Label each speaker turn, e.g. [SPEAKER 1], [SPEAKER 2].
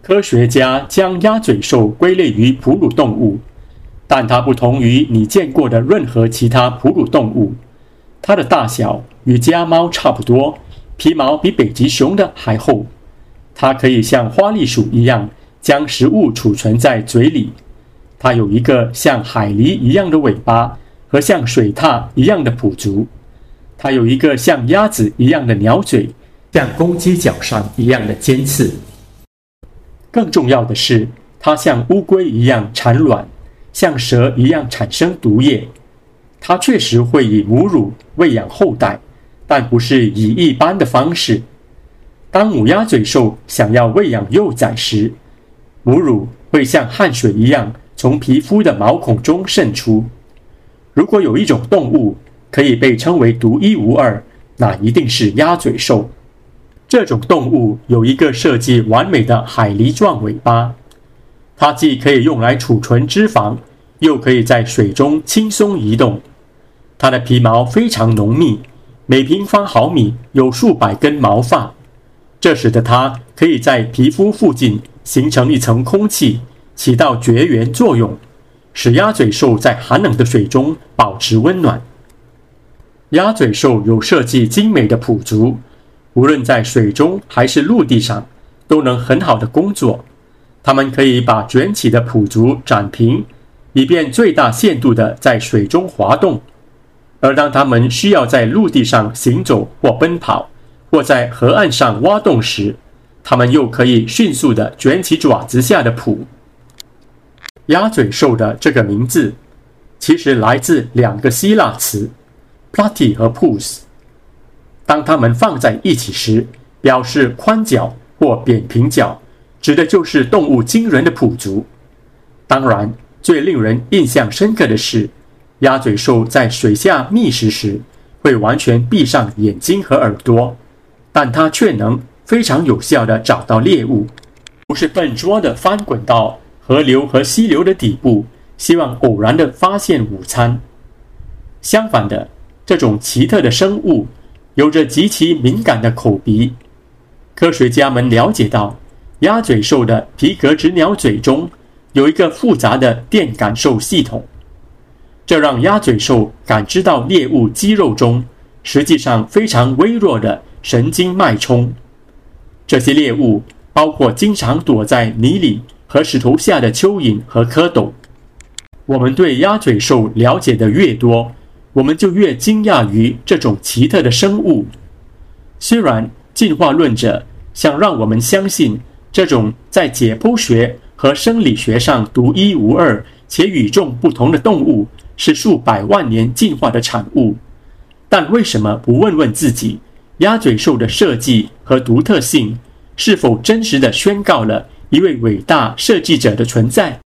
[SPEAKER 1] 科学家将鸭嘴兽归类于哺乳动物，但它不同于你见过的任何其他哺乳动物。它的大小与家猫差不多，皮毛比北极熊的还厚。它可以像花栗鼠一样将食物储存在嘴里。它有一个像海狸一样的尾巴和像水獭一样的蹼足。它有一个像鸭子一样的鸟嘴，像公鸡脚上一样的尖刺。更重要的是，它像乌龟一样产卵，像蛇一样产生毒液。它确实会以母乳喂养后代，但不是以一般的方式。当母鸭嘴兽想要喂养幼崽时，母乳会像汗水一样从皮肤的毛孔中渗出。如果有一种动物可以被称为独一无二，那一定是鸭嘴兽。这种动物有一个设计完美的海狸状尾巴，它既可以用来储存脂肪，又可以在水中轻松移动。它的皮毛非常浓密，每平方毫米有数百根毛发，这使得它可以在皮肤附近形成一层空气，起到绝缘作用，使鸭嘴兽在寒冷的水中保持温暖。鸭嘴兽有设计精美的蹼足，无论在水中还是陆地上都能很好的工作。它们可以把卷起的蹼足展平，以便最大限度地在水中滑动。而当它们需要在陆地上行走或奔跑，或在河岸上挖洞时，它们又可以迅速地卷起爪子下的蹼。鸭嘴兽的这个名字其实来自两个希腊词 platy 和 pous。 当它们放在一起时，表示宽脚或扁平脚，指的就是动物惊人的蹼足。当然，最令人印象深刻的是，鸭嘴兽在水下觅食时会完全闭上眼睛和耳朵，但它却能非常有效地找到猎物，不是笨拙地翻滚到河流和溪流的底部，希望偶然地发现午餐。相反的，这种奇特的生物有着极其敏感的口鼻。科学家们了解到，鸭嘴兽的皮革直鸟嘴中有一个复杂的电感受系统，这让鸭嘴兽感知到猎物肌肉中实际上非常微弱的神经脉冲。这些猎物包括经常躲在泥里和石头下的蚯蚓和蝌蚪。我们对鸭嘴兽了解的越多，我们就越惊讶于这种奇特的生物。虽然进化论者想让我们相信这种在解剖学和生理学上独一无二且与众不同的动物是数百万年进化的产物，但为什么不问问自己，鸭嘴兽的设计和独特性是否真实地宣告了一位伟大设计者的存在？